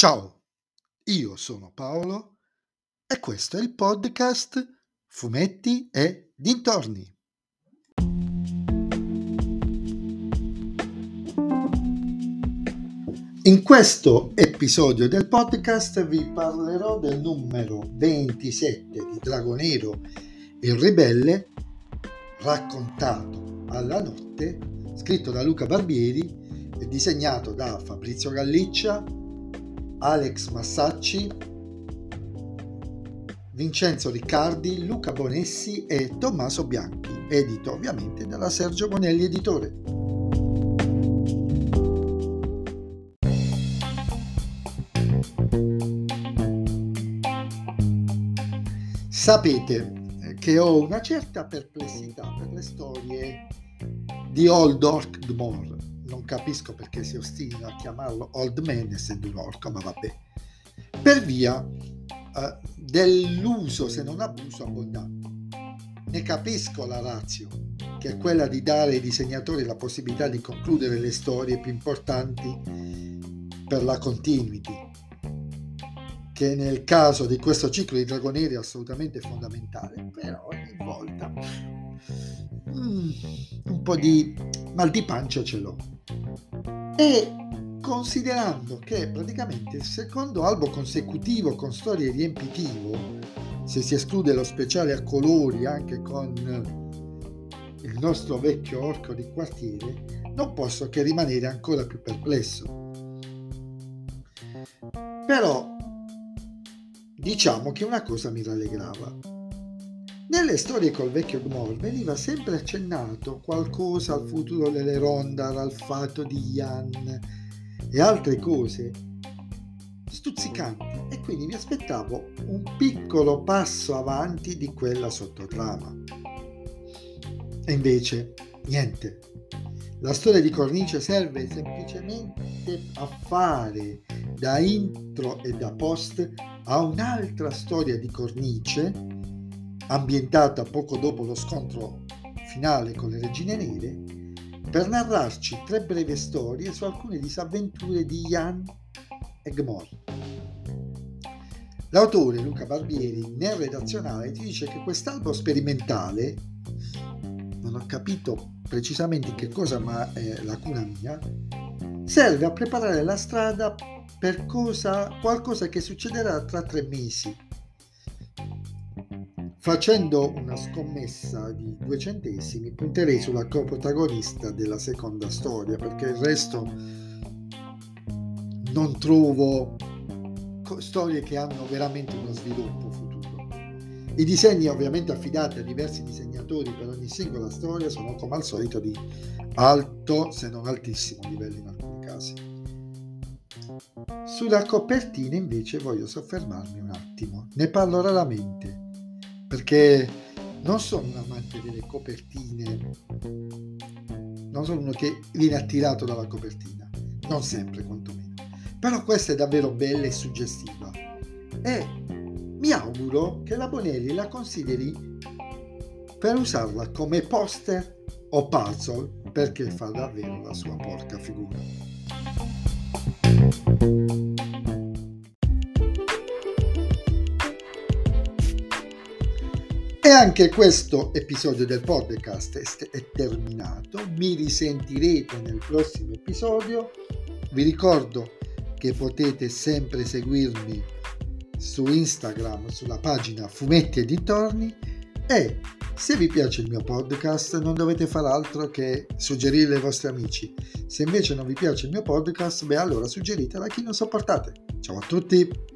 Ciao, io sono Paolo e questo è il podcast Fumetti e Dintorni. In questo episodio del podcast vi parlerò del numero 27 di Dragonero il Ribelle, raccontato alla notte, scritto da Luca Barbieri e disegnato da Fabrizio Galliccia, Alex Massacci, Vincenzo Riccardi, Luca Bonessi e Tommaso Bianchi, edito ovviamente dalla Sergio Bonelli Editore. Sapete che ho una certa perplessità per le storie di Old Orc-Dmor. Non capisco perché si ostinino a chiamarlo Old Man essendo un orco, ma vabbè. Per via dell'uso, se non abuso, abbondante. Ne capisco la ratio, che è quella di dare ai disegnatori la possibilità di concludere le storie più importanti per la continuity, che nel caso di questo ciclo di Dragoneri è assolutamente fondamentale, però ogni volta un po' di mal di pancia ce l'ho. E considerando che praticamente il secondo albo consecutivo con storie riempitivo, se si esclude lo speciale a colori anche con il nostro vecchio orco di quartiere, non posso che rimanere ancora più perplesso. Però diciamo che una cosa mi rallegrava. Nelle storie col vecchio Gmor veniva sempre accennato qualcosa al futuro delle Rondar, al fato di Jan e altre cose stuzzicanti, e quindi mi aspettavo un piccolo passo avanti di quella sottotrama. E invece niente. La storia di cornice serve semplicemente a fare da intro e da post a un'altra storia di cornice ambientata poco dopo lo scontro finale con le Regine Nere, per narrarci 3 brevi storie su alcune disavventure di Jan e Gmor. L'autore Luca Barbieri nel redazionale ti dice che quest'albo sperimentale, non ho capito precisamente che cosa, ma è lacuna mia, serve a preparare la strada per qualcosa che succederà tra 3 mesi. Facendo una scommessa di 2 centesimi, punterei sulla coprotagonista della seconda storia, perché il resto non trovo storie che hanno veramente uno sviluppo futuro. I disegni, ovviamente affidati a diversi disegnatori per ogni singola storia, sono come al solito di alto, se non altissimo livello in alcuni casi. Sulla copertina invece voglio soffermarmi un attimo. Ne parlo raramente, perché non sono un amante delle copertine, non sono uno che viene attirato dalla copertina, non sempre quantomeno, però questa è davvero bella e suggestiva e mi auguro che la Bonelli la consideri per usarla come poster o puzzle, perché fa davvero la sua porca figura. E anche questo episodio del podcast è terminato. Mi risentirete nel prossimo episodio. Vi ricordo che potete sempre seguirmi su Instagram, sulla pagina Fumetti e Dintorni, e se vi piace il mio podcast non dovete fare altro che suggerirlo ai vostri amici. Se invece non vi piace il mio podcast, allora suggeritelo a chi non sopportate. Ciao a tutti!